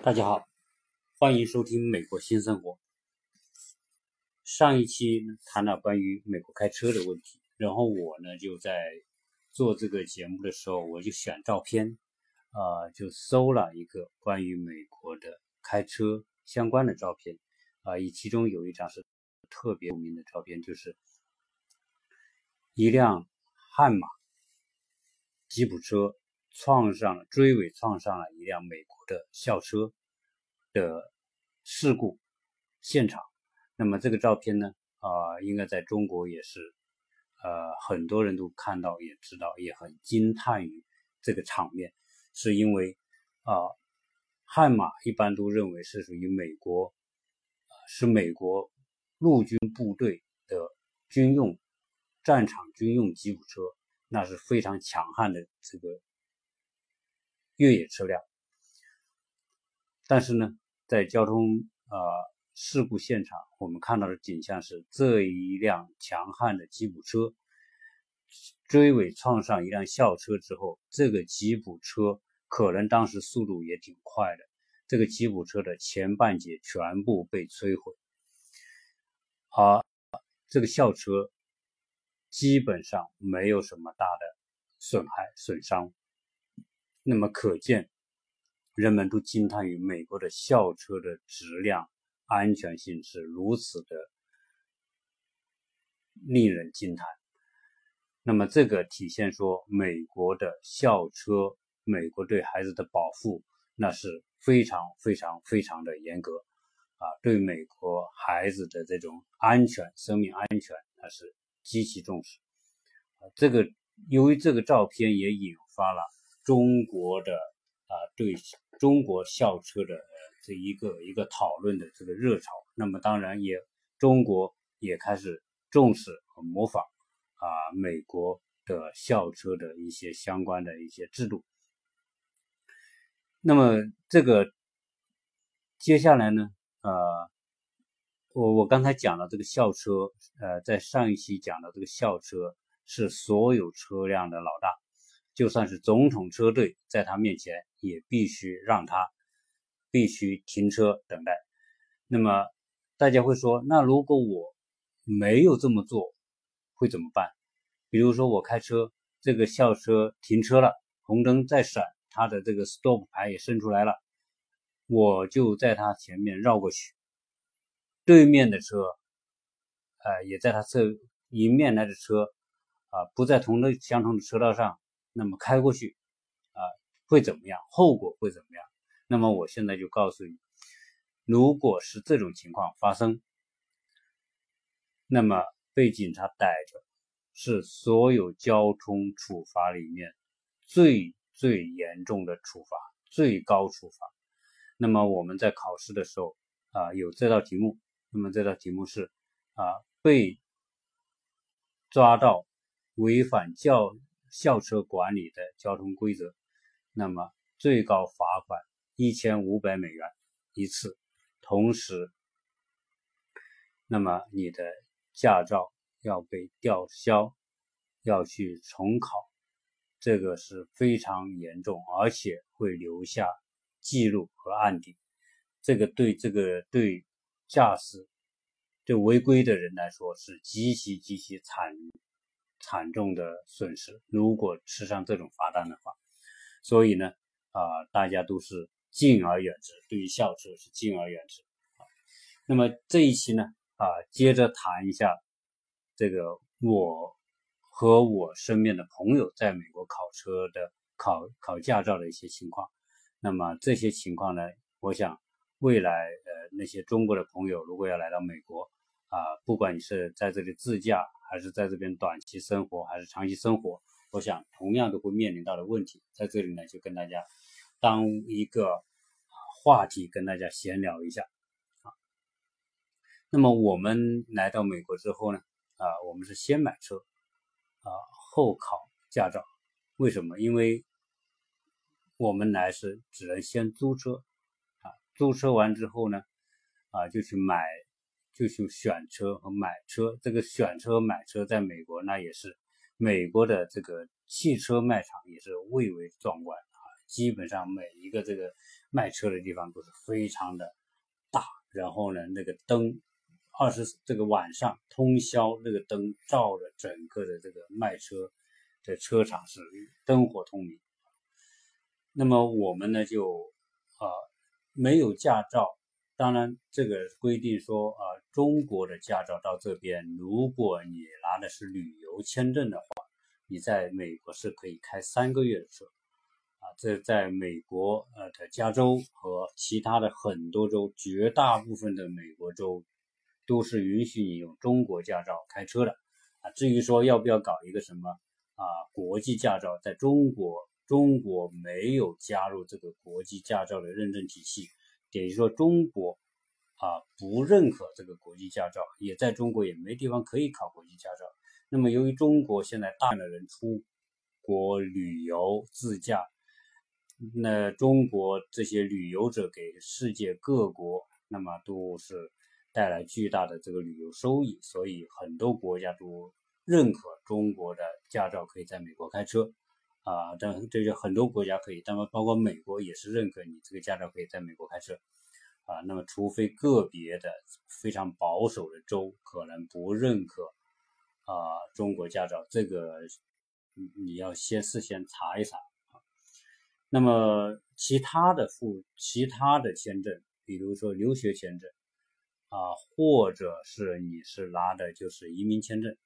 大家好，欢迎收听美国新生活。上一期谈了关于美国开车的问题，然后我呢就在做这个节目的时候，我就选照片，就搜了一个关于美国的开车相关的照片，其中有一张是特别有名的照片，就是一辆悍马吉普车追尾撞上了一辆美国的校车的事故现场。那么这个照片呢，应该在中国也是很多人都看到也知道，也很惊叹于这个场面，是因为悍马一般都认为是属于美国陆军部队的战场军用吉普车，那是非常强悍的这个越野车辆。但是呢，在交通事故现场，我们看到的景象是这一辆强悍的吉普车追尾撞上一辆校车之后，这个吉普车可能当时速度也挺快的，这个吉普车的前半截全部被摧毁，这个校车基本上没有什么大的损伤。那么可见人们都惊叹于美国的校车的质量安全性是如此的令人惊叹。那么这个体现说美国的校车，美国对孩子的保护那是非常的严格对美国孩子的这种生命安全那是极其重视。由于这个照片也引发了中国的对中国校车的这一个讨论的这个热潮。那么当然中国也开始重视和模仿美国的校车的一些相关的一些制度。那么这个接下来呢我刚才讲了这个校车在上一期讲的这个校车是所有车辆的老大，就算是总统车队在他面前也必须停车等待。那么大家会说，那如果我没有这么做会怎么办？比如说我开车，这个校车停车了，红灯在闪，它的这个 stop 牌也伸出来了，我就在它前面绕过去，对面的车也在它迎面来的车不在相同的车道上，那么开过去会怎么样？后果会怎么样？那么我现在就告诉你，如果是这种情况发生，那么被警察逮着是所有交通处罚里面最严重的处罚，最高处罚。那么我们在考试的时候有这道题目，那么这道题目是被抓到违反校车管理的交通规则，那么最高罚款$1500一次，同时那么你的驾照要被吊销，要去重考，这个是非常严重，而且会留下记录和案底。这个对驾驶对违规的人来说是极其惨重的损失，如果吃上这种罚单的话。所以呢大家都是敬而远之，对于校车是敬而远之。那么这一期呢接着谈一下这个我和我身边的朋友在美国考驾照的一些情况。那么这些情况呢，我想未来那些中国的朋友如果要来到美国不管你是在这里自驾，还是在这边短期生活，还是长期生活，我想同样都会面临到的问题，在这里呢就跟大家当一个话题跟大家闲聊一下那么我们来到美国之后呢我们是先买车后考驾照。为什么？因为我们来是只能先租车租车完之后呢就去选车和买车。这个选车买车在美国那也是美国的这个汽车卖场也是蔚为壮观基本上每一个这个卖车的地方都是非常的大，然后呢那个灯这个晚上通宵那个灯照着整个的这个卖车的车场是灯火通明。那么我们呢就没有驾照，当然这个规定说中国的驾照到这边，如果你拿的是旅游签证的话，你在美国是可以开3个月的车这在美国的加州和其他的很多州，绝大部分的美国州都是允许你用中国驾照开车的至于说要不要搞一个什么国际驾照，在中国没有加入这个国际驾照的认证体系，等于说中国不认可这个国际驾照，也在中国也没地方可以考国际驾照。那么由于中国现在大量的人出国旅游自驾，那中国这些旅游者给世界各国那么都是带来巨大的这个旅游收益，所以很多国家都认可中国的驾照可以在美国开车但这就很多国家可以，当然包括美国也是认可你这个驾照可以在美国开车那么除非个别的非常保守的州可能不认可中国驾照，这个你要事先查一查那么其他的签证，比如说留学签证或者是你是拿的就是移民签证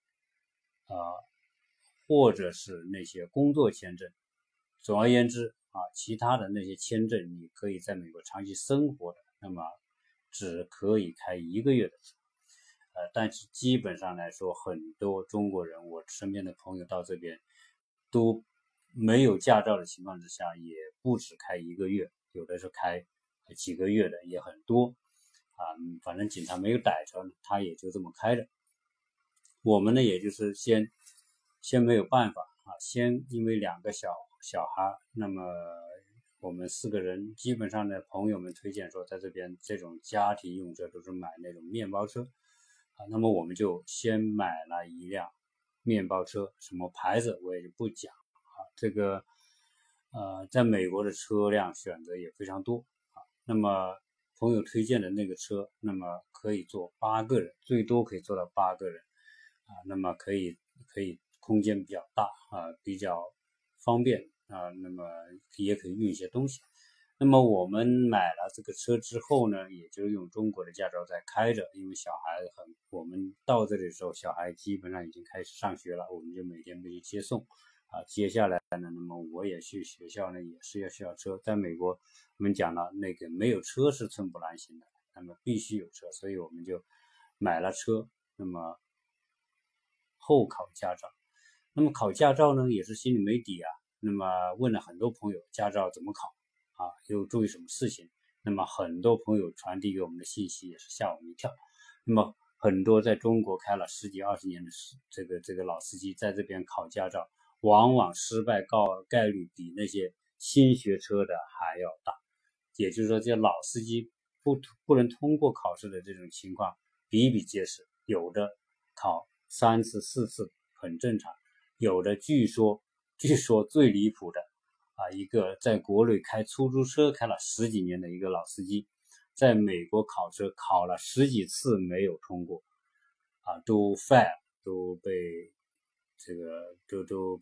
或者是那些工作签证，总而言之其他的那些签证你可以在美国长期生活的，那么只可以开1个月的车但是基本上来说，很多中国人，我身边的朋友到这边都没有驾照的情况之下，也不止开1个月，有的是开几个月的也很多反正警察没有逮着，他也就这么开的。我们呢，也就是先没有办法先因为2个小孩，那么我们4个人基本上呢，朋友们推荐说，在这边这种家庭用车都是买那种面包车那么我们就先买了一辆面包车，什么牌子我也就不讲这个在美国的车辆选择也非常多那么朋友推荐的那个车，那么可以坐8个人，最多可以坐到8个人那么可以空间比较大比较方便那么也可以运一些东西。那么我们买了这个车之后呢，也就用中国的驾照在开着，因为我们到这里的时候，小孩基本上已经开始上学了，我们就每天去接送接下来呢，那么我也去学校呢，也是要需要车。在美国，我们讲了那个没有车是寸步难行的，那么必须有车，所以我们就买了车，那么后考驾照。那么考驾照呢，也是心里没底那么问了很多朋友，驾照怎么考又注意什么事情？那么很多朋友传递给我们的信息也是吓我们一跳。那么很多在中国开了10几20年的这个老司机，在这边考驾照，往往失败概率比那些新学车的还要大。也就是说，这些老司机不能通过考试的这种情况比比皆是，有的考3次4次很正常，有的据说最离谱的一个在国内开出租车开了10几年的一个老司机，在美国考车考了10几次没有通过都 fail， 都被这个都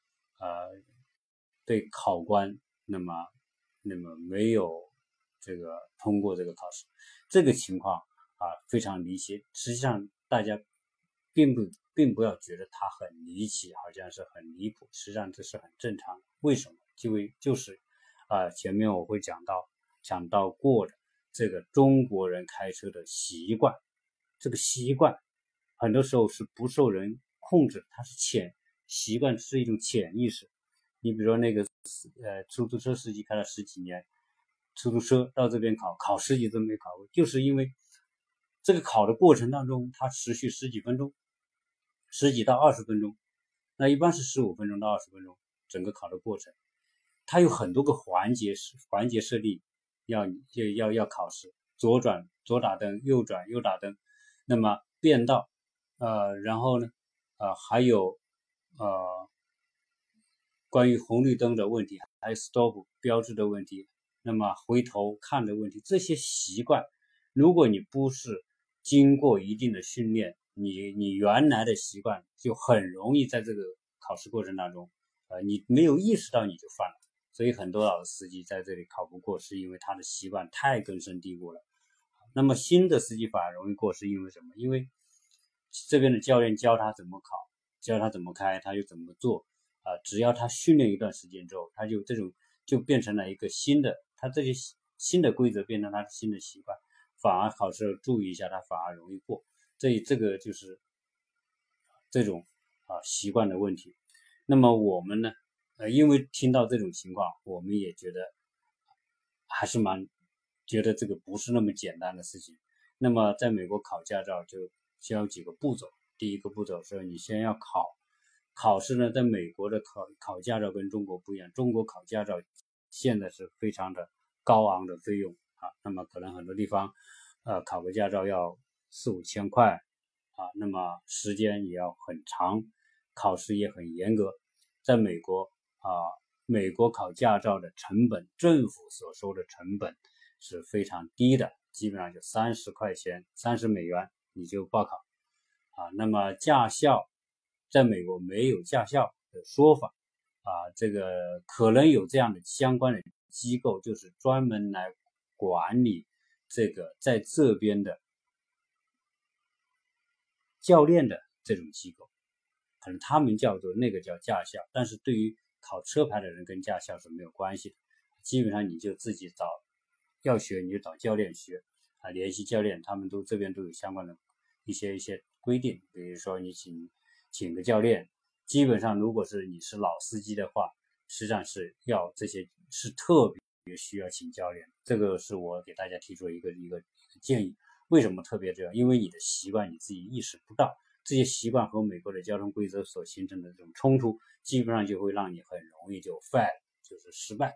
被考官那么没有这个通过这个考试，这个情况非常离奇。实际上大家并不要觉得它很离奇，好像是很离谱，实际上这是很正常的。为什么？就是前面我会讲到过的这个中国人开车的习惯，这个习惯很多时候是不受人控制，它是习惯是一种潜意识。你比如说那个出租车司机开了10几年，出租车到这边考10几次没考过，就是因为这个考的过程当中，它持续10几分钟，10几到20分钟，那一般是15分钟到20分钟，整个考的过程，它有很多个环节设定，要考试，左打灯，右打灯，那么变道，然后呢，还有关于红绿灯的问题，还有 stop 标志的问题， 那么回头看的问题，这些习惯，如果你不是经过一定的训练，你原来的习惯就很容易在这个考试过程当中，你没有意识到你就犯了。所以很多老司机在这里考不过，是因为他的习惯太根深蒂固了。那么新的司机反而容易过，是因为什么？因为这边的教练教他怎么考，教他怎么开，他就怎么做只要他训练一段时间之后，他就这种就变成了一个新的，他这些新的规则变成他的新的习惯，反而考试注意一下，他反而容易过。这个就是这种习惯的问题。那么我们呢，因为听到这种情况，我们也觉得还是觉得这个不是那么简单的事情。那么在美国考驾照就有几个步骤。第一个步骤是你先要考试呢，在美国的考驾照跟中国不一样，中国考驾照现在是非常的高昂的费用那么可能很多地方考个驾照要4-5千块那么时间也要很长，考试也很严格。在美国美国考驾照的成本，政府所收的成本是非常低的，基本上就30块钱，30美元你就报考那么驾校在美国没有驾校的说法这个可能有这样的相关的机构，就是专门来管理这个在这边的教练的这种机构，可能他们叫做那个叫驾校，但是对于考车牌的人跟驾校是没有关系的，基本上你就自己要学你就找教练学联系教练，他们这边都有相关的一些规定，比如说你请个教练，基本上如果是你是老司机的话，实际上是要这些是特别需要请教练，这个是我给大家提出一个建议。为什么特别这样？因为你的习惯你自己意识不到，这些习惯和美国的交通规则所形成的这种冲突，基本上就会让你很容易就 fail， 就是失败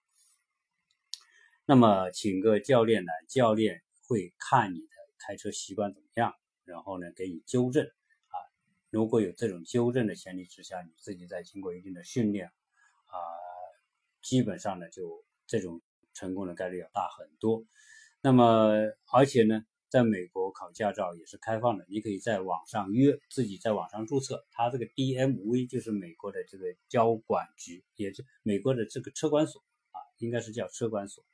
那么请个教练来，教练会看你的开车习惯怎么样，然后呢给你纠正如果有这种纠正的前提之下，你自己再经过一定的训练基本上呢就这种成功的概率要大很多。那么而且呢在美国考驾照也是开放的，你可以在网上约，自己在网上注册，它这个 DMV 就是美国的这个交管局，也是美国的这个车管所应该是叫车管所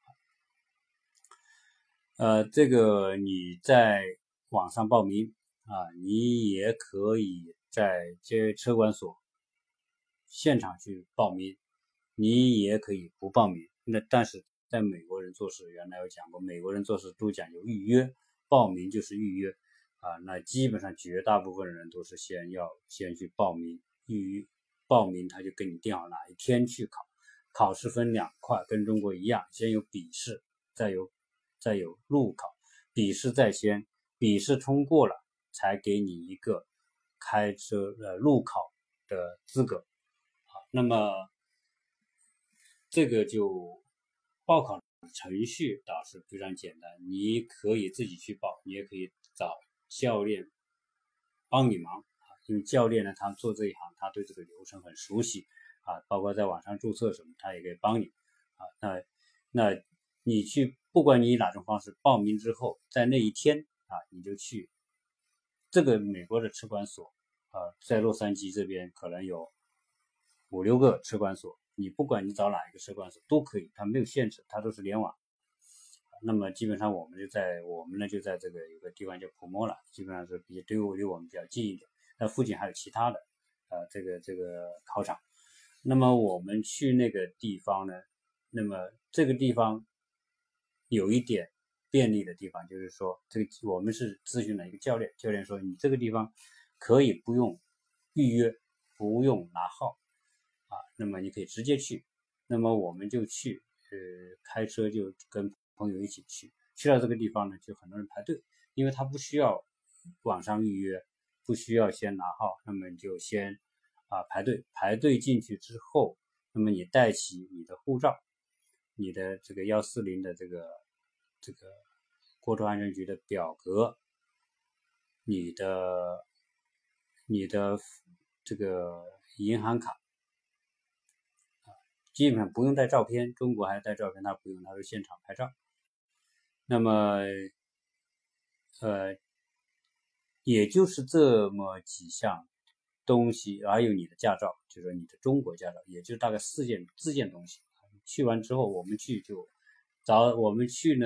这个你在网上报名你也可以在这些车管所现场去报名，你也可以不报名。但是在美国人做事，原来有讲过，美国人做事都讲究预约，报名就是预约那基本上绝大部分人都是先去报名，报名他就跟你定好哪一天去考。考试分2块，跟中国一样，先有笔试，再有路考，笔试在先，笔试通过了才给你一个开车路考的资格那么这个就报考程序倒是非常简单，你可以自己去报，你也可以找教练帮你忙因为教练呢他做这一行，他对这个流程很熟悉包括在网上注册什么他也可以帮你那你去不管你以哪种方式报名之后，在那一天你就去这个美国的车管所在洛杉矶这边可能有5-6个车管所，你不管你找哪一个车管所都可以，它没有限制，它都是联网那么基本上我们呢就在这个有个地方叫普莫拉，基本上是离我们比较近一点，那附近还有其他的这个考场。那么我们去那个地方呢，那么这个地方有一点便利的地方，就是说我们是咨询了一个教练，教练说你这个地方可以不用预约，不用拿号那么你可以直接去。那么我们就去开车就跟朋友一起去到这个地方呢，就很多人排队，因为他不需要网上预约，不需要先拿号，那么你就先排队进去之后，那么你带起你的护照，你的这个140的这个国土安全局的表格，你的这个银行卡基本上不用带照片，中国还带照片，他不用，他是现场拍照。那么也就是这么几项东西，还有你的驾照，就是你的中国驾照，也就大概4件东西。去完之后，我们去呢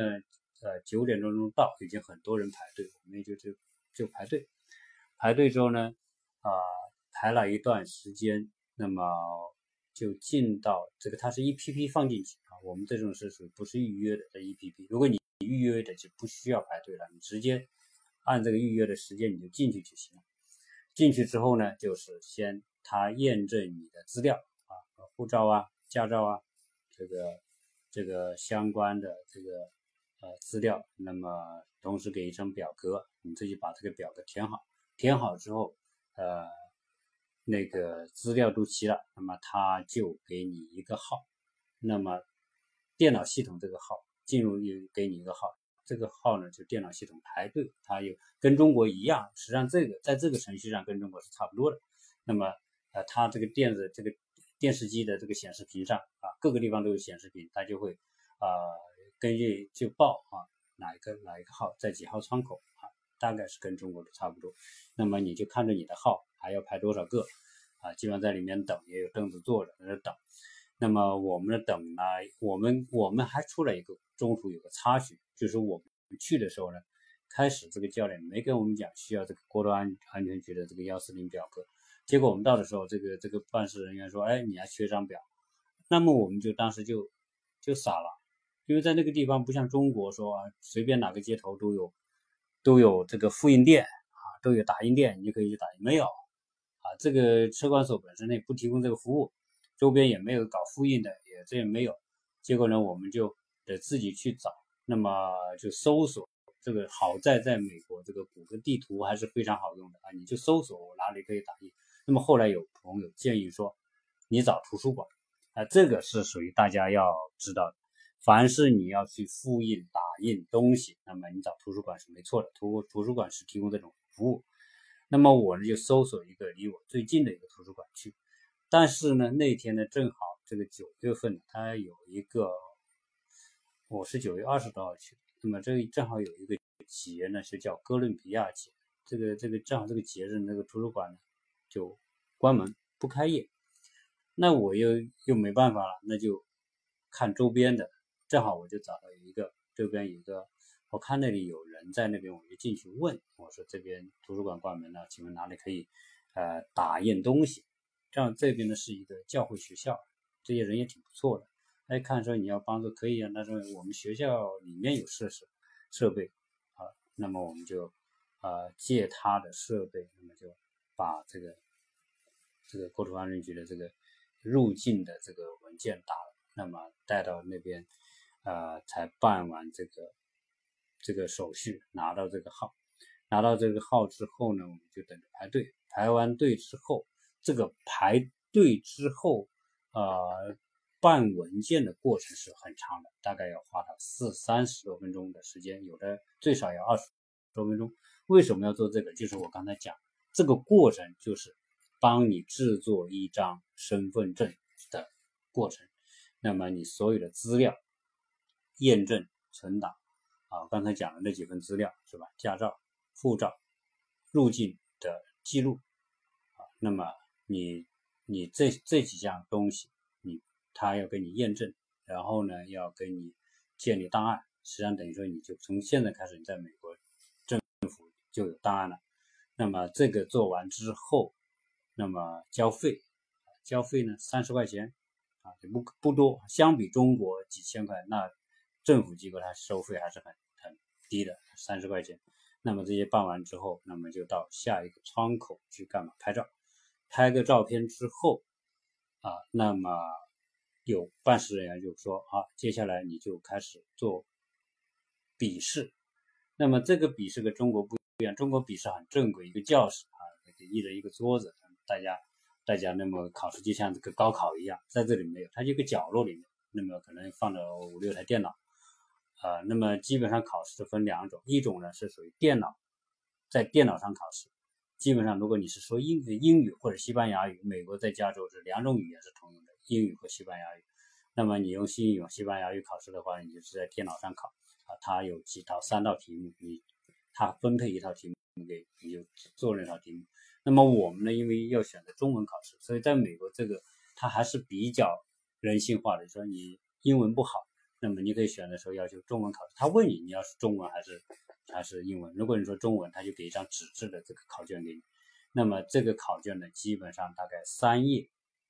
，9点钟到，已经很多人排队，我们就排队。排队之后呢，排了一段时间，那么就进到这个，它是一批批放进去啊。我们这种是属于不是预约的，这一批批。如果你预约的就不需要排队了，你直接按这个预约的时间你就进去就行了。进去之后呢，就是先他验证你的资料啊，护照啊、驾照啊，这个相关的这个资料，那么同时给一张表格，你自己把这个表格填好。填好之后，那个资料都齐了，那么他就给你一个号，那么电脑系统这个号进入又给你一个号，这个号呢就电脑系统排队，它有跟中国一样，实际上这个在这个程序上跟中国是差不多的。那么它这个电视机的这个显示屏上啊，各个地方都有显示屏，它就会根据就报哪一个号在几号窗口啊，大概是跟中国的差不多。那么你就看着你的号还要排多少个啊，基本上在里面等，也有凳子坐着在那等。那么我们的等呢，我们还出了一个中途有个插曲，就是我们去的时候呢，开始这个教练没跟我们讲需要这个国土安全局的这个140表格，结果我们到的时候，这个办事人员说，哎，你还缺张表。那么我们就当时就傻了，因为在那个地方不像中国说随便哪个街头都有这个复印店啊，都有打印店，你就可以去打印，没有啊，这个车管所本身也不提供这个服务，周边也没有搞复印的，这也没有。结果呢，我们就得自己去找，那么就搜索。这个好在美国这个谷歌地图还是非常好用的啊，你就搜索我哪里可以打印。那么后来有朋友建议说，你找图书馆啊，这个是属于大家要知道的。凡是你要去复印、打印东西，那么你找图书馆是没错的，图书馆是提供这种服务。那么我呢就搜索一个离我最近的一个图书馆去，但是呢那天呢正好这个9月份它有一个，我是9月20多号去的，那么这正好有一个节呢是叫哥伦比亚节，这个正好这个节日那个图书馆呢就关门不开业，那我又没办法了，那就看周边的，正好我就找到周边有一个，我看那里有人在那边，我就进去问，我说这边图书馆关门了，请问哪里可以打印东西？这样这边呢是一个教会学校，这些人也挺不错的。哎，看说你要帮助可以啊，那说我们学校里面有设备啊，那么我们就借他的设备，那么就把这个国土安全局的这个入境的这个文件打了，那么带到那边才办完这个手续，拿到这个号。拿到这个号之后呢，我们就等着排队。排完队之后，这个排队之后办文件的过程是很长的，大概要花到30多分钟的时间，有的最少要20多分钟。为什么要做这个？就是我刚才讲，这个过程就是帮你制作一张身份证的过程。那么你所有的资料验证存档刚才讲的那几份资料是吧？驾照、护照、入境的记录那么你这几项东西，他要给你验证，然后呢要给你建立档案，实际上等于说你就从现在开始你在美国政府就有档案了。那么这个做完之后，那么交费呢30块钱也不多，相比中国几千块，那政府机构它收费还是很低的，30块钱。那么这些办完之后，那么就到下一个窗口去干嘛？拍照。拍个照片之后那么有办事人员就说接下来你就开始做笔试。那么这个笔试跟中国不一样，中国笔试很正规，一个教室一人一个桌子，大家那么考试就像这个高考一样，在这里没有，它就一个角落里面，那么可能放了5、6台电脑那么基本上考试分2种，一种呢是属于在电脑上考试，基本上如果你是说英语或者西班牙语，美国在加州是2种语言是通用的，英语和西班牙语。 那么你用西班牙语考试的话，你就是在电脑上考它有3道题目，它分配一套题目给你，就做那套题目。那么我们呢，因为要选择中文考试，所以在美国这个它还是比较人性化的，说你英文不好，那么你可以选的时候要求中文考试，他问你要是中文还是英文。如果你说中文，他就给一张纸质的这个考卷给你。那么这个考卷呢，基本上大概3页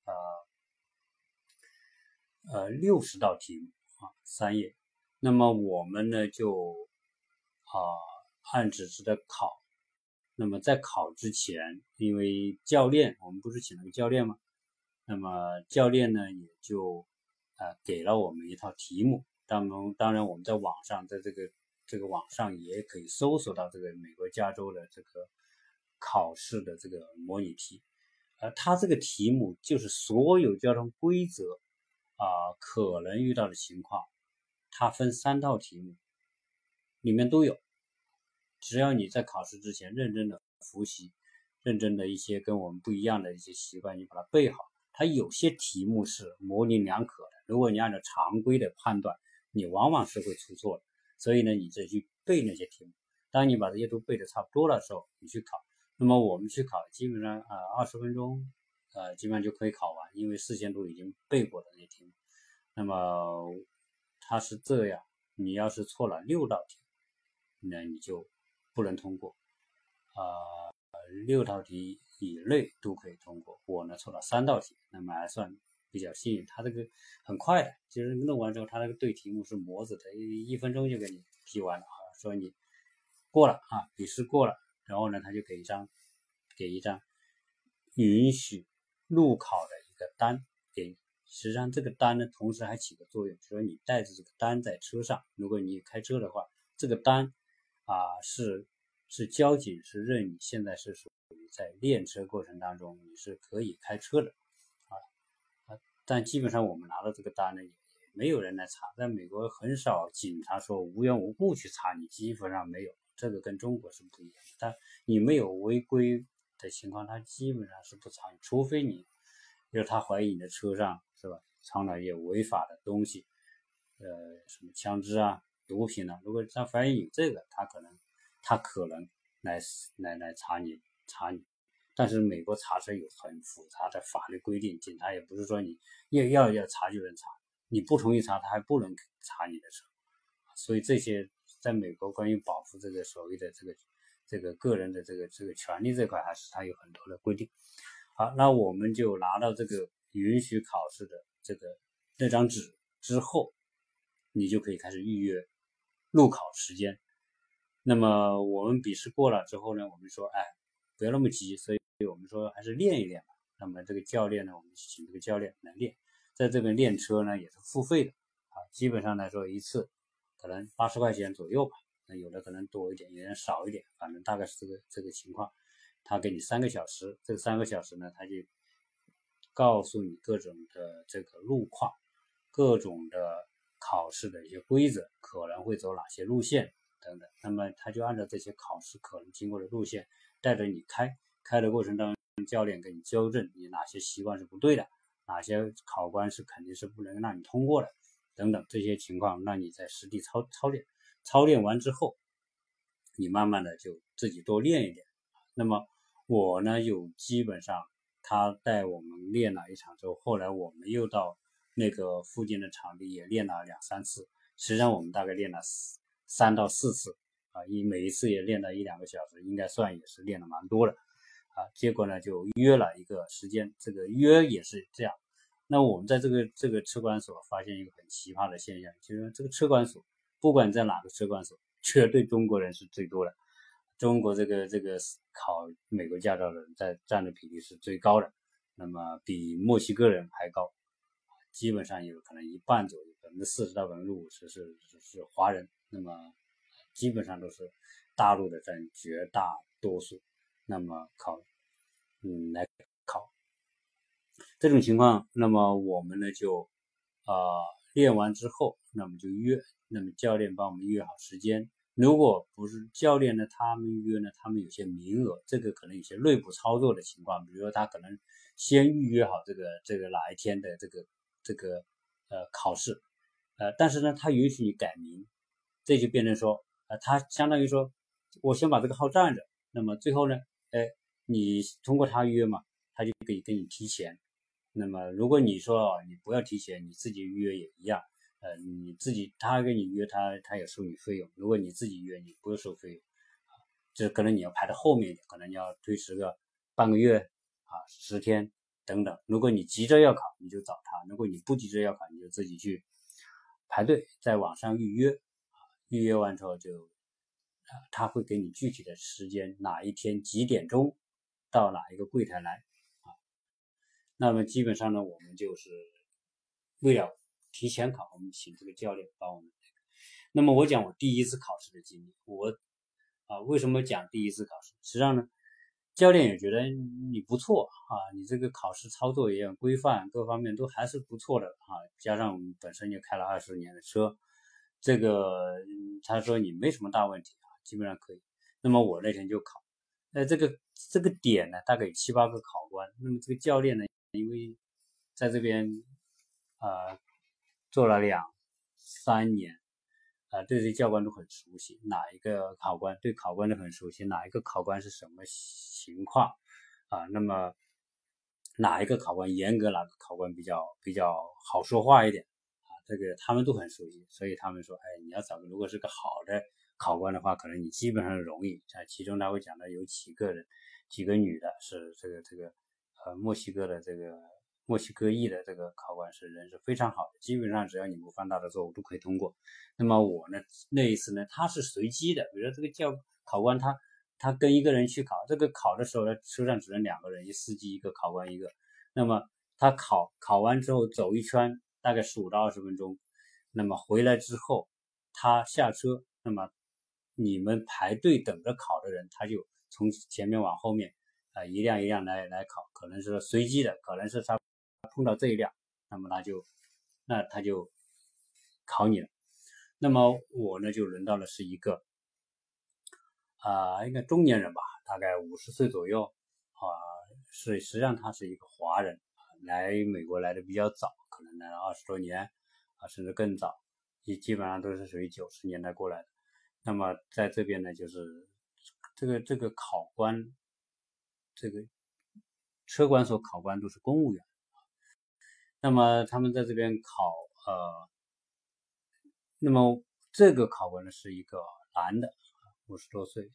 ，60道题目3页。那么我们呢就按纸质的考。那么在考之前，因为教练，我们不是请了个教练吗？那么教练呢也就给了我们一套题目。当然我们在网上，在这个网上也可以搜索到这个美国加州的这个考试的这个模拟题。它这个题目就是所有交通规则可能遇到的情况，它分3道题目，里面都有。只要你在考试之前认真的复习，认真的一些跟我们不一样的一些习惯，你把它背好。它有些题目是模棱两可的，如果你按照常规的判断，你往往是会出错的。所以呢，你再去背那些题目。当你把这些都背得差不多的时候，你去考。那么我们去考，基本上20分钟，基本上就可以考完，因为事先都已经背过的那些题目。那么它是这样，你要是错了6道题，那你就不能通过。6道题以内都可以通过。我呢错了3道题，那么还算比较幸运。他这个很快的，就是弄完之后，他那个对题目是模子的，1分钟就给你批完了说你过了笔试过了。然后呢，他就给一张允许路考的一个单给你。实际上这个单呢，同时还起个作用，就是说你带着这个单在车上，如果你开车的话，这个单是交警是认你现在是属于在练车过程当中，你是可以开车的但基本上我们拿到这个单呢，也没有人来查。在美国很少警察说无缘无故去查你，基本上没有。这个跟中国是不一样的，但你没有违规的情况，他基本上是不查你，除非就是他怀疑你的车上是吧藏了一些违法的东西，什么枪支毒品如果他怀疑有这个，他可能来查你。但是美国查车有很复杂的法律规定，警察也不是说你要查就能查，你不同意查他还不能查你的车。所以这些在美国关于保护这个所谓的这个个人的这个权利这块，还是它有很多的规定。好，那我们就拿到这个允许考试的那张纸之后，你就可以开始预约路考时间。那么我们笔试过了之后呢，我们说不要那么急，所以我们说还是练一练吧。那么这个教练呢，我们请这个教练来练。在这个练车呢也是付费的基本上来说一次可能80块钱左右吧，那有的可能多一点，有的少一点，反正大概是这个情况。他给你3个小时，这3个小时呢，他就告诉你各种的这个路况，各种的考试的一些规则，可能会走哪些路线等等。那么他就按照这些考试可能经过的路线，带着你开的过程当中，教练给你纠正你哪些习惯是不对的，哪些考官是肯定是不能让你通过的等等这些情况，让你在实地操练完之后，你慢慢的就自己多练一点。那么我呢就基本上他带我们练了一场之后，后来我们又到那个附近的场地也练了2-3次，实际上我们大概练了3到4次每一次也练到1-2个小时，应该算也是练了蛮多的结果呢就约了一个时间，这个约也是这样。那我们在这个车管所发现一个很奇葩的现象，就是这个车管所不管在哪个车管所，绝对中国人是最多的。中国这个考美国驾照的人占的比例是最高的，那么比墨西哥人还高，基本上有可能一半左右，40%到50%是华人，那么基本上都是大陆的占绝大多数。那么来考这种情况，那么我们呢就练完之后，那么就约，那么教练帮我们约好时间。如果不是教练呢，他们约呢，他们有些名额，这个可能有些内部操作的情况，比如说他可能先预约好这个哪一天的这个考试，但是呢，他允许你改名，这就变成说，他相当于说，我先把这个号占着，那么最后呢，你通过他约嘛，他就可以跟你提前。那么如果你说你不要提前，你自己预约也一样，你自己他跟你约他也收你费用，如果你自己约你不用收费用，这可能你要排到后面一点，可能你要推迟个半个月10天等等。如果你急着要考，你就找他；如果你不急着要考，你就自己去排队，在网上预约，预约完之后就他会给你具体的时间，哪一天几点钟到哪一个柜台来。那么基本上呢，我们就是为了提前考，我们请这个教练帮我们。那么我讲我第一次考试的经历，为什么讲第一次考试？实际上呢，教练也觉得你不错你这个考试操作也很规范，各方面都还是不错的加上我们本身就开了20年的车，这个他说你没什么大问题基本上可以。那么我那天就考，这个点呢，大概有7、8个考官。那么这个教练呢，因为在这边做了2、3年对这些教官都很熟悉，哪一个考官对考官都很熟悉，哪一个考官是什么情况那么哪一个考官严格，哪个考官比较好说话一点这个他们都很熟悉，所以他们说，你要找个如果是个好的考官的话，可能你基本上容易其中他会讲到有几个女的是这个墨西哥裔的这个考官人是非常好的，基本上只要你不犯大的错误都可以通过。那么我呢那一次呢，他是随机的，比如说这个考官他跟一个人去考，这个考的时候呢，车上只能2个人，一司机一个，考官一个。那么他考完之后走一圈，大概15到20分钟，那么回来之后他下车，那么你们排队等着考的人，他就从前面往后面一辆一辆来考，可能是随机的，可能是他碰到这一辆，那么他就考你了。那么我呢就轮到了是一个应该中年人吧，大概50岁左右实际上他是一个华人，来美国来的比较早，可能来了20多年甚至更早，基本上都是属于90年代过来的。那么在这边呢，就是这个考官，这个车管所考官都是公务员，那么他们在这边考那么这个考官呢是一个男的，50多岁，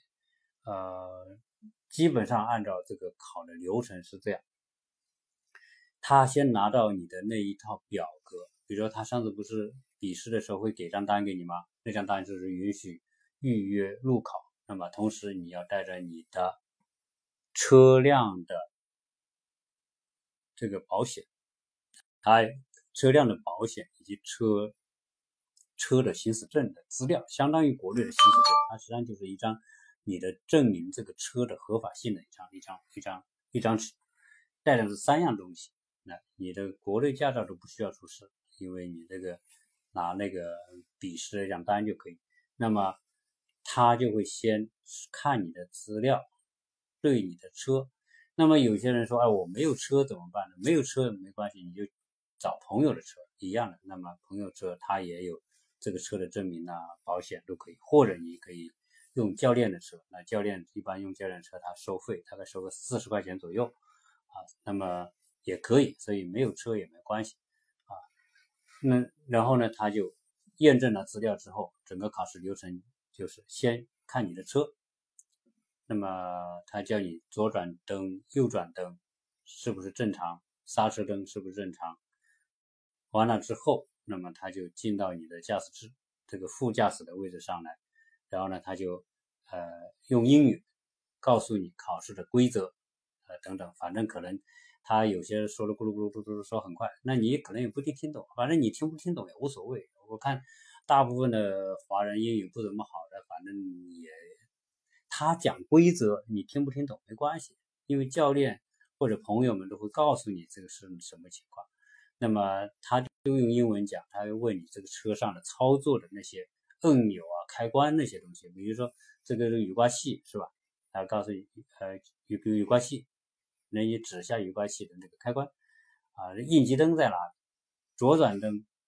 基本上按照这个考的流程是这样，他先拿到你的那一套表格，比如说他上次不是笔试的时候会给张单给你吗？那张单就是允许预约路考，那么同时你要带着你的车辆的这个保险，车辆的保险以及车的行驶证的资料，相当于国内的行驶证，它实际上就是一张你的证明这个车的合法性的一张纸，带上这3样东西。那你的国内驾照都不需要出示，因为你这个拿那个笔试的一张单就可以。那么他就会先看你的资料，对你的车。那么有些人说，我没有车怎么办呢？没有车没关系，你就找朋友的车一样的。那么朋友车他也有这个车的证明保险都可以，或者你可以用教练的车。那教练一般用教练车，他收费大概收个40块钱左右那么也可以，所以没有车也没关系那然后呢，他就验证了资料之后，整个考试流程就是先看你的车，那么他叫你左转灯、右转灯是不是正常，刹车灯是不是正常，完了之后，那么他就进到你的驾驶室这个副驾驶的位置上来，然后呢，他就用英语告诉你考试的规则等等，反正可能他有些说的咕噜咕噜咕噜说很快，那你可能也不一定听懂，反正你听不听懂也无所谓。我看大部分的华人英语不怎么好的，反正他讲规则你听不听懂没关系，因为教练或者朋友们都会告诉你这个是什么情况。那么他就用英文讲，他会问你这个车上的操作的那些按钮开关那些东西，比如说这个雨刮器是吧？他告诉你有个雨刮器，那你指下雨刮器的那个开关应急灯在哪里？左转灯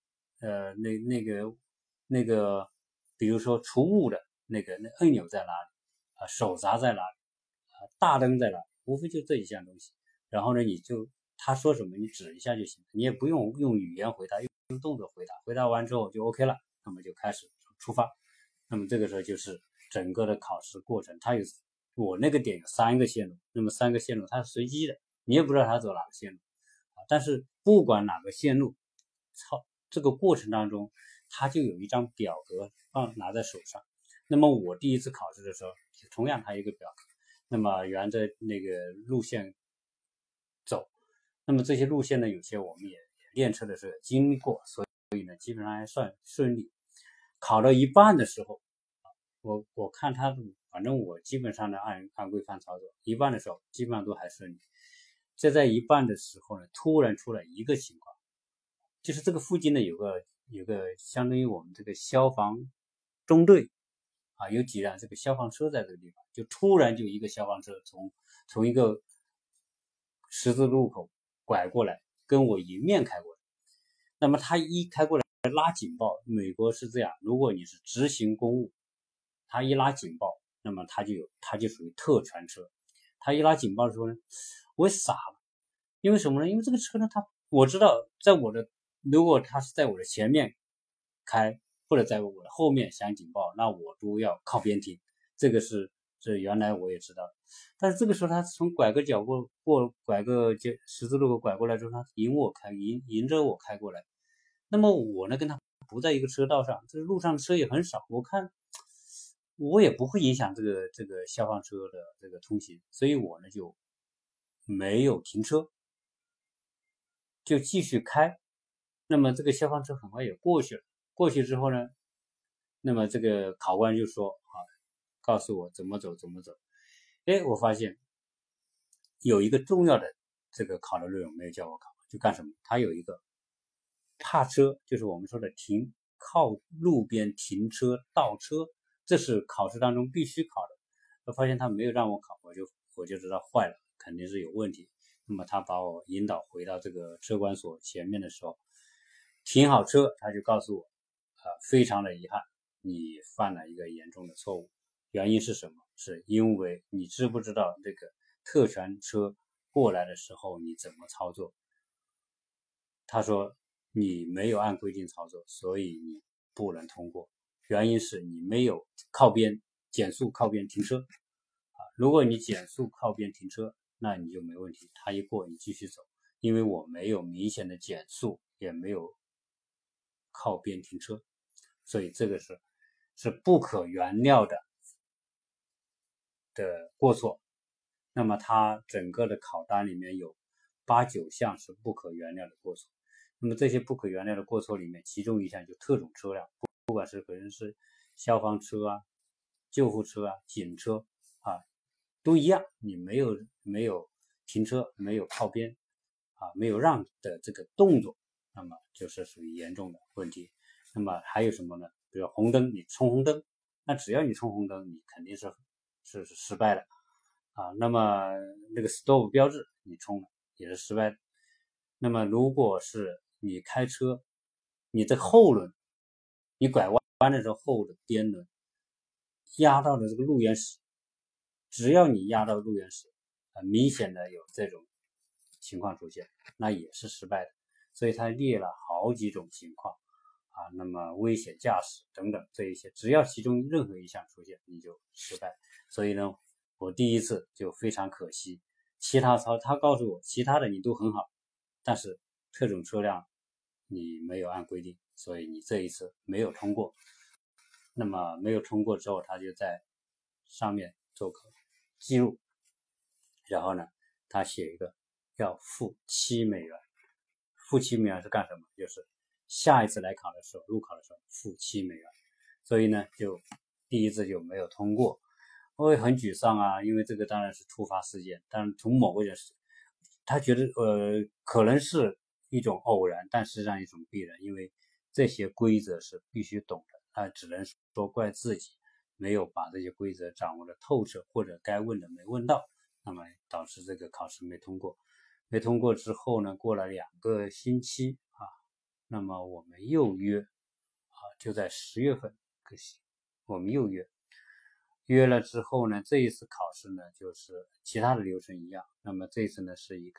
那个，比如说除雾的那按钮在哪里啊，手闸在哪里啊，大灯在哪里，无非就这一项东西。然后呢，他说什么你指一下就行，你也不用用语言回答，用动作回答，回答完之后就 OK 了，那么就开始出发。那么这个时候就是整个的考试过程，我那个点有3个线路，那么3个线路它是随机的，你也不知道它走哪个线路啊。但是不管哪个线路，这个过程当中，它就有一张表格拿在手上。那么我第一次考试的时候，同样它有一个表格，那么沿着那个路线走。那么这些路线呢，有些我们也练车的时候经历过，所以呢，基本上还算顺利。考到一半的时候，我看他，反正我基本上呢按规范操作，一半的时候基本上都还顺利。就在一半的时候呢，突然出了一个情况，就是这个附近呢有个相当于我们这个消防中队啊，有几辆这个消防车在这个地方，就突然就一个消防车从一个十字路口拐过来，跟我迎面开过来。那么他一开过来拉警报，美国是这样，如果你是执行公务，他一拉警报，那么他就属于特权车。他一拉警报的时候呢，我也傻了，因为什么呢？因为这个车呢，我知道如果他是在我的前面开，或者在我的后面响警报，那我都要靠边停。这原来我也知道，但是这个时候他从拐个角拐个十字路口拐过来之后，他迎着我开过来。那么我呢跟他不在一个车道上，这路上车也很少，我看我也不会影响这个消防车的这个通行，所以我呢就没有停车，就继续开。那么这个消防车很快也过去了，过去之后呢，那么这个考官就说告诉我怎么走。我发现有一个重要的这个考的内容没有叫我考，就干什么？他有一个踏车，就是我们说的靠路边停车倒车，这是考试当中必须考的。我发现他没有让我考，我就知道坏了，肯定是有问题。那么他把我引导回到这个车管所前面的时候，停好车，他就告诉我非常的遗憾，你犯了一个严重的错误。原因是什么？是因为你知不知道这个特权车过来的时候你怎么操作？他说你没有按规定操作，所以你不能通过。原因是你没有减速靠边停车如果你减速靠边停车，那你就没问题，他一过你继续走。因为我没有明显的减速，也没有靠边停车，所以这个是不可原谅的过错。那么它整个的考单里面有8、9项是不可原谅的过错。那么这些不可原谅的过错里面，其中一项就特种车辆，不管是可能是消防车啊、救护车啊、警车都一样，你没有停车，没有靠边没有让的这个动作，那么就是属于严重的问题。那么还有什么呢？比如红灯，你冲红灯，那只要你冲红灯，你肯定是失败的那么那个 stop 标志你冲了也是失败的。那么如果是你开车，你的后轮，你拐弯的时候后的边轮压到了这个路缘石，只要你压到路缘石，很明显的有这种情况出现，那也是失败的。所以他列了好几种情况那么危险驾驶等等这一些，只要其中任何一项出现，你就失败。所以呢，我第一次就非常可惜，他告诉我其他的你都很好，但是特种车辆你没有按规定，所以你这一次没有通过。那么没有通过之后，他就在上面做个记录，然后呢，他写一个要付$7，付$7是干什么？就是下一次来考的时候，路考的时候付$7，所以呢，就第一次就没有通过。我也很沮丧因为这个当然是突发事件，但是从某个人他觉得可能是一种偶然，但实际上一种必然，因为这些规则是必须懂的，他只能说怪自己没有把这些规则掌握的透彻，或者该问的没问到，那么导致这个考试没通过。没通过之后呢，过了2个星期那么我们又约就在10月份，可惜我们又约了之后呢，这一次考试呢就是其他的流程一样，那么这一次呢是一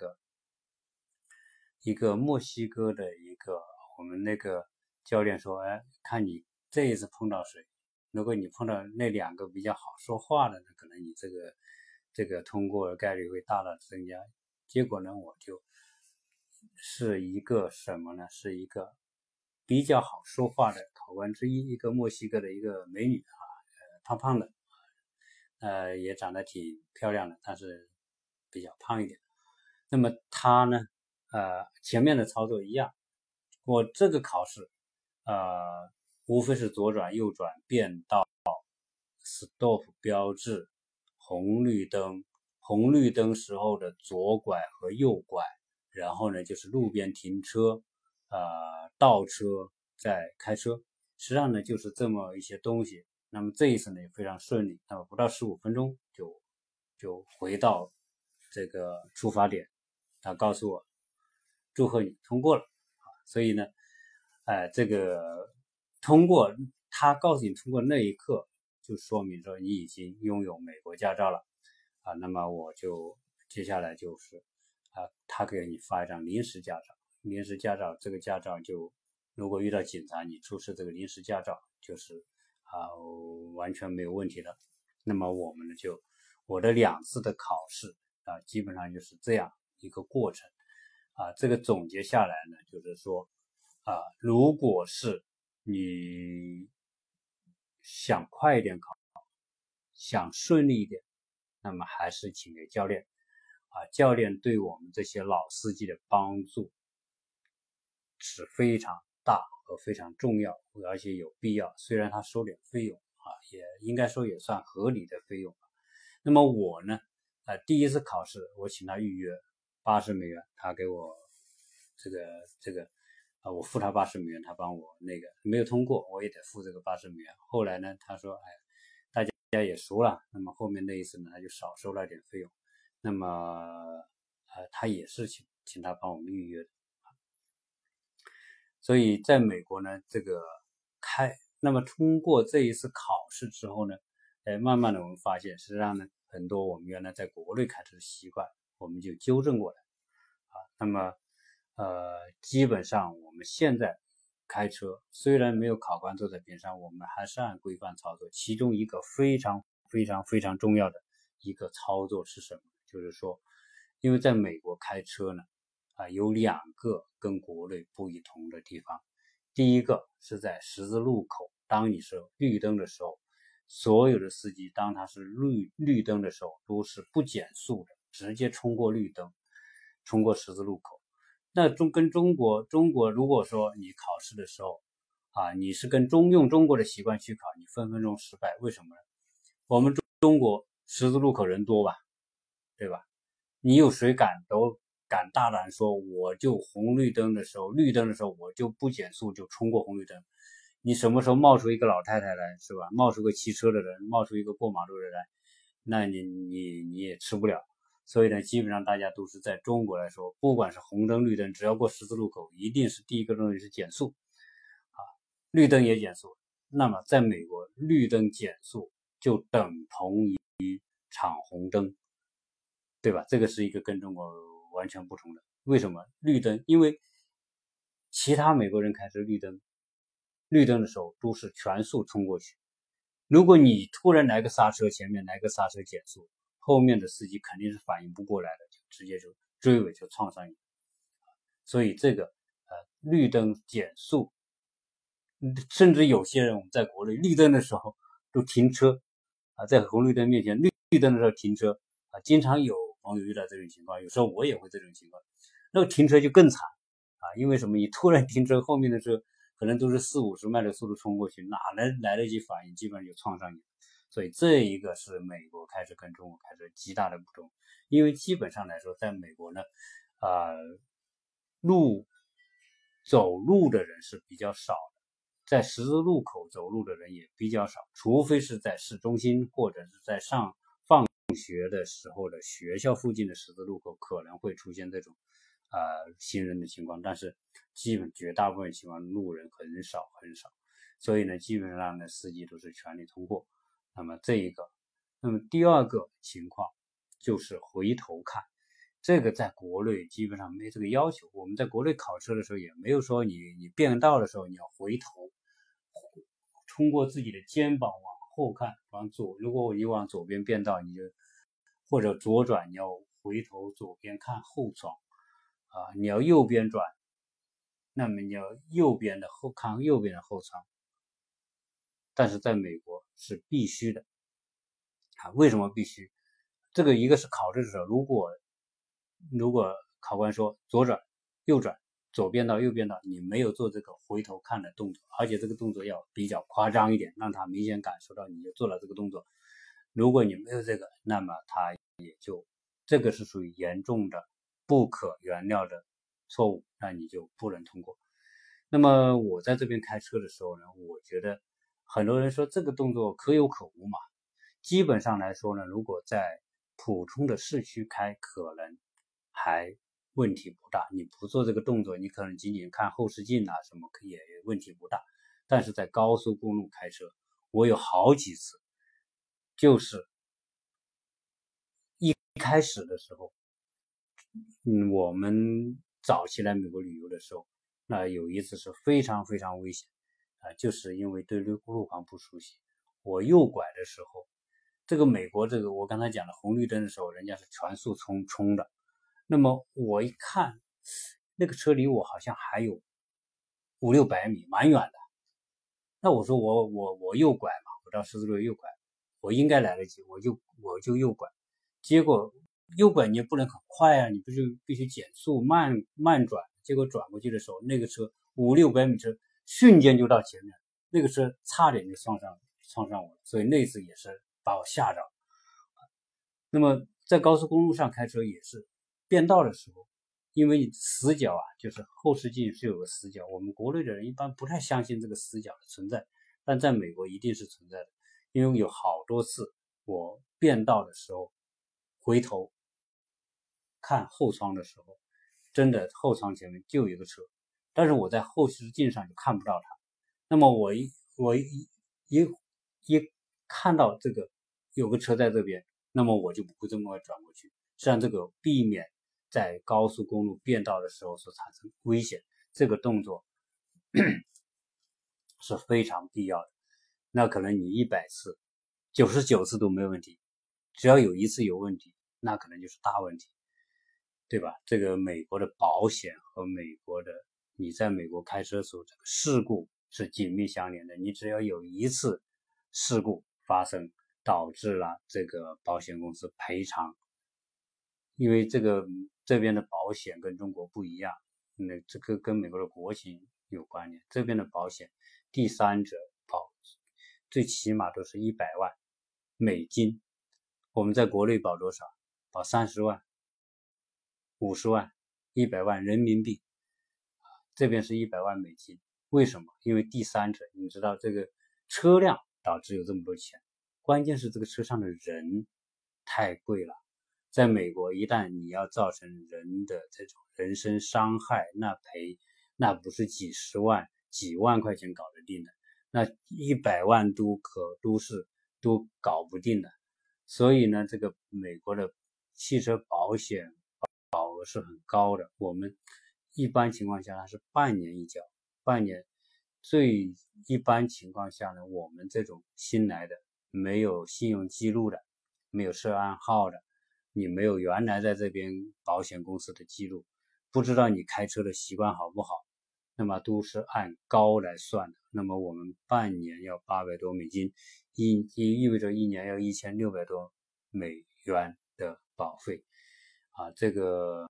个墨西哥的我们那个教练说，看你这一次碰到谁，如果你碰到那2个比较好说话的呢，可能你这个通过概率会大大增加。结果呢，我就是一个什么呢？是一个比较好说话的考官之一，一个墨西哥的一个美女胖胖的，也长得挺漂亮的，但是比较胖一点。那么她呢，前面的操作一样，我这个考试无非是左转、右转、变道、stop 标志、红绿灯时候的左拐和右拐，然后呢就是路边停车，倒车再开车，实际上呢就是这么一些东西。那么这一次呢也非常顺利，那么不到15分钟就回到这个出发点，他告诉我祝贺你通过了。所以呢这个通过，他告诉你通过那一刻就说明说你已经拥有美国驾照了那么我就接下来就是他给你发一张临时驾照，这个驾照就如果遇到警察你出示这个临时驾照就是完全没有问题的。那么我们呢我的2次的考试基本上就是这样一个过程这个总结下来呢就是说如果是你想快一点考，想顺利一点，那么还是请个教练教练对我们这些老司机的帮助是非常大和非常重要，而且有必要。虽然他收点费用也应该说也算合理的费用。那么我呢第一次考试我请他预约80美元，他给我这个我付他80美元，他帮我那个没有通过，我也得付这个80美元。后来呢他说大家也熟了，那么后面那一次呢他就少收了点费用。那么他也是请他帮我们预约的。所以在美国呢那么通过这一次考试之后呢慢慢的我们发现实际上呢很多我们原来在国内开车的习惯我们就纠正过来那么基本上我们现在开车虽然没有考官坐在边上，我们还是按规范操作。其中一个非常非常非常重要的一个操作是什么？就是说因为在美国开车呢有2个跟国内不一同的地方。第一个是在十字路口，当你是绿灯的时候，所有的司机当他是绿灯的时候都是不减速的，直接冲过绿灯，冲过十字路口。那跟中国如果说你考试的时候你是跟用中国的习惯去考，你分分钟失败。为什么呢？我们中国十字路口人多吧，对吧？你有谁敢大胆说我就绿灯的时候我就不减速就冲过红绿灯？你什么时候冒出一个老太太来，是吧？冒出个骑车的人，冒出一个过马路的人来，那你也吃不了。所以呢基本上大家都是在中国来说，不管是红灯绿灯，只要过十字路口一定是第一个动作是减速绿灯也减速。那么在美国绿灯减速就等同于闯红灯，对吧？这个是一个跟中国完全不同的。为什么绿灯？因为其他美国人开车绿灯的时候都是全速冲过去，如果你突然来个刹车，前面来个刹车减速，后面的司机肯定是反应不过来的，就直接就追尾就撞上你。所以这个绿灯减速，甚至有些人我们在国内绿灯的时候都停车在红绿灯面前绿灯的时候停车经常有朋友遇到这种情况，有时候我也会这种情况。那个停车就更惨因为什么？你突然停车，后面的车可能都是40-50迈的速度冲过去，哪来得及反应，基本上就撞上你。所以这一个是美国开车跟中国开车极大的不同。因为基本上来说，在美国呢走路的人是比较少的，在十字路口走路的人也比较少，除非是在市中心或者是在放学的时候的学校附近的十字路口可能会出现这种行人的情况，但是基本绝大部分情况路人很少，所以呢，基本上呢司机都是全力通过。那么第二个情况就是回头看，这个在国内基本上没这个要求。我们在国内考车的时候也没有说你变道的时候你要回头，通过自己的肩膀往后看，往左，如果你往左边变道，你就或者左转，你要回头左边看后窗你要右边转，那么你要看右边的后窗。但是在美国是必须的为什么必须？这个一个是考试的时候，如果考官说左转、右转、左边道、右边道，你没有做这个回头看的动作，而且这个动作要比较夸张一点，让他明显感受到你就做了这个动作。如果你没有这个，那么他也就这个是属于严重的不可原谅的错误，那你就不能通过。那么我在这边开车的时候呢，我觉得很多人说这个动作可有可无嘛。基本上来说呢，如果在普通的市区开，可能还问题不大。你不做这个动作，你可能仅仅看后视镜什么也问题不大。但是在高速公路开车，我有好几次就是一开始的时候我们早期来美国旅游的时候，那有一次是非常非常危险就是因为对路况不熟悉，我右拐的时候，这个美国我刚才讲的红绿灯的时候，人家是全速冲的，那么我一看那个车离我好像还有500-600米，蛮远的。那我说我右拐嘛，我到十字路右拐，我应该来得及，我就右拐。结果右拐你也不能很快啊，你必须减速慢转。结果转过去的时候，那个车500-600米车瞬间就到前面，那个车差点就撞上我了，所以那次也是把我吓着。那么在高速公路上开车也是变道的时候，因为你死角就是后视镜是有个死角，我们国内的人一般不太相信这个死角的存在，但在美国一定是存在的。因为有好多次我变道的时候回头看后窗的时候，真的后窗前面就有一个车，但是我在后视镜上就看不到它。那么我一看到这个有个车在这边，那么我就不会这么转过去，实际上这个避免在高速公路变道的时候所产生危险，这个动作是非常必要的。那可能你100次99次都没有问题，只要有一次有问题，那可能就是大问题，对吧？这个美国的保险和美国的你在美国开车时候这个事故是紧密相连的，你只要有一次事故发生，导致了这个保险公司赔偿。因为这边的保险跟中国不一样，那这个跟美国的国情有关联。这边的保险第三者保最起码都是100万美金，我们在国内保多少？保30万、50万、100万人民币，这边是100万美金。为什么？因为第三者，你知道这个车辆导致有这么多钱，关键是这个车上的人太贵了。在美国，一旦你要造成人的这种人身伤害，那不是几十万、几万块钱搞得定的，那100万都搞不定的。所以呢，这个美国的汽车保险保额是很高的。我们一般情况下它是半年一交，最一般情况下呢，我们这种新来的、没有信用记录的、没有涉案号的，你没有原来在这边保险公司的记录，不知道你开车的习惯好不好，那么都是按高来算的。那么我们半年要800多美金，意味着一年要1600多美元的保费这个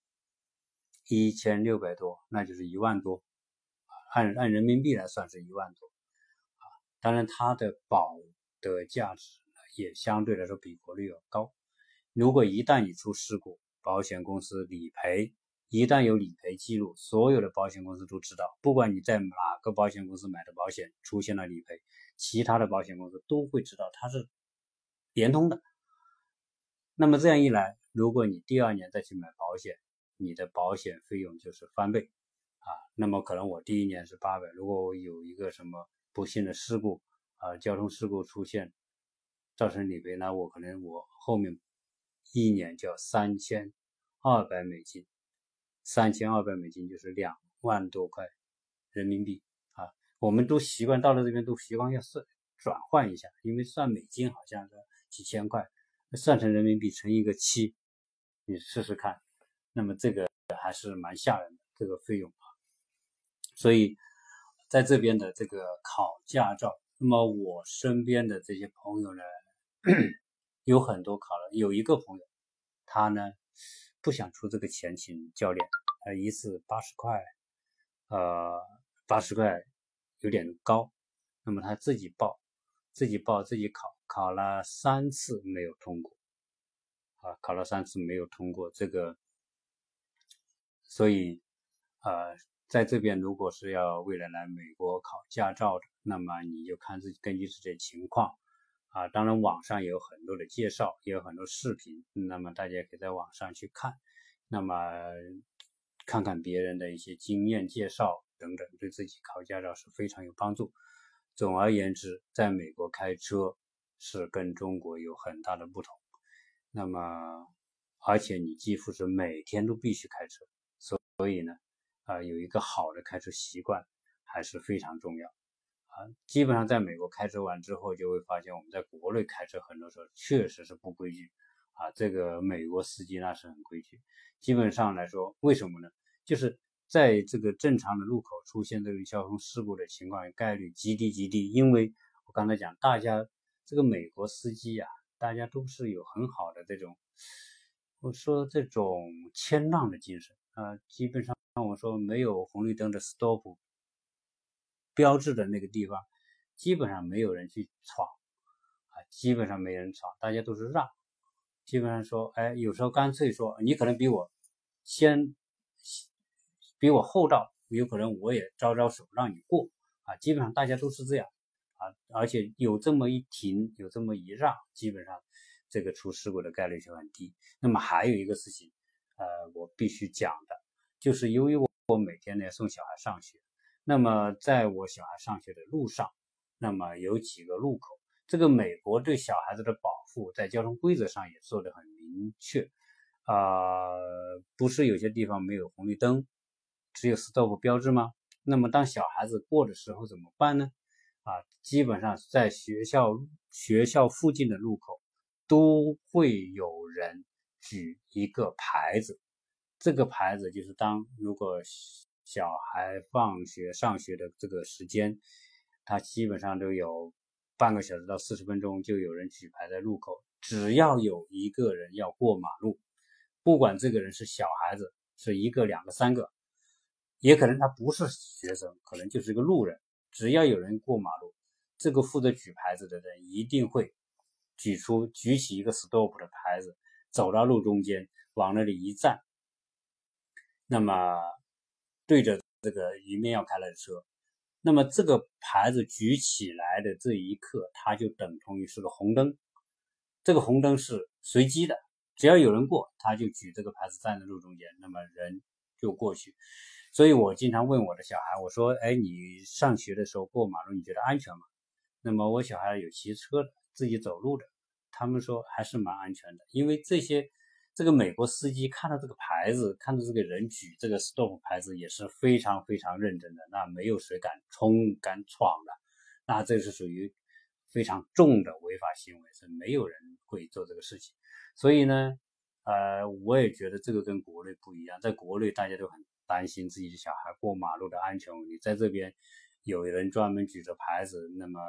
1600多，那就是1万多，按人民币来算是1万多当然它的保的价值也相对来说比国内要高。如果一旦你出事故，保险公司理赔，一旦有理赔记录，所有的保险公司都知道，不管你在哪个保险公司买的保险出现了理赔，其他的保险公司都会知道，它是联通的。那么这样一来，如果你第2年再去买保险， 你的保险费用就是翻倍那么可能我第一年是800，如果我有一个什么不幸的事故交通事故出现造成理赔，那我可能我后面一年就要$3200，$3200就是2万多块人民币我们都习惯到了这边都习惯要转换一下，因为算美金好像是几千块，算成人民币乘一个7，你试试看，那么这个还是蛮吓人的这个费用所以在这边的这个考驾照，那么我身边的这些朋友呢有很多考了，有一个朋友他呢不想出这个钱请教练一次80块80块有点高，那么他自己报自己考了3次没有通过考了3次没有通过这个，所以在这边如果是要为了来美国考驾照的，那么你就看自己根据自己的情况当然网上也有很多的介绍，也有很多视频，那么大家可以在网上去看，那么看看别人的一些经验介绍等等，对自己考驾照是非常有帮助。总而言之，在美国开车是跟中国有很大的不同，那么而且你几乎是每天都必须开车，所以呢有一个好的开车习惯还是非常重要基本上在美国开车完之后，就会发现我们在国内开车很多时候确实是不规矩这个美国司机那是很规矩。基本上来说，为什么呢？就是在这个正常的路口出现这个交通事故的情况概率极低，因为我刚才讲，大家这个美国司机大家都是有很好的这种，我说这种谦让的精神基本上我说没有红绿灯的 stop。标志的那个地方基本上没有人去闯基本上没人闯，大家都是让，基本上说有时候干脆说你可能比我后到，有可能我也招手让你过基本上大家都是这样而且有这么一停，有这么一让，基本上这个出事故的概率就很低。那么还有一个事情我必须讲的，就是由于我每天呢送小孩上学，那么在我小孩上学的路上，那么有几个路口，这个美国对小孩子的保护在交通规则上也做得很明确不是有些地方没有红绿灯，只有 stop 标志吗？那么当小孩子过的时候怎么办呢基本上在学校附近的路口都会有人举一个牌子，这个牌子就是如果小孩放学上学的这个时间，他基本上都有半个小时到40分钟就有人举牌在路口，只要有一个人要过马路，不管这个人是小孩子，是1个、2个、3个，也可能他不是学生，可能就是一个路人，只要有人过马路，这个负责举牌子的人一定会举起一个 stop 的牌子，走到路中间往那里一站，那么对着这个迎面要开来的车，那么这个牌子举起来的这一刻，它就等同于是个红灯，这个红灯是随机的，只要有人过，他就举这个牌子站在路中间，那么人就过去。所以我经常问我的小孩，我说你上学的时候过马路你觉得安全吗？那么我小孩有骑车的，自己走路的，他们说还是蛮安全的，因为这个美国司机看到这个牌子，看到这个人举这个 stop 牌子也是非常非常认真的，那没有谁敢敢闯的，那这是属于非常重的违法行为，是没有人会做这个事情。所以呢我也觉得这个跟国内不一样，在国内大家都很担心自己的小孩过马路的安全问题，在这边有人专门举着牌子，那么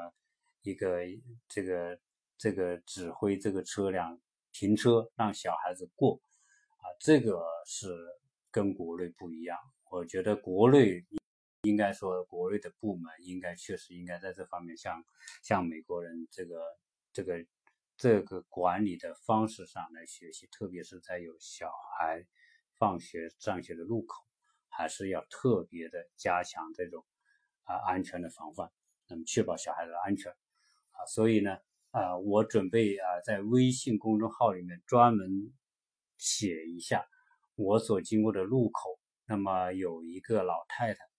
这个指挥这个车辆停车让小孩子过这个是跟国内不一样。我觉得国内应该说国内的部门确实应该在这方面向美国人这个管理的方式上来学习，特别是在有小孩放学上学的路口，还是要特别的加强这种安全的防范，那么确保小孩的安全所以呢我准备在微信公众号里面专门写一下我所经过的路口，那么有一个老太太，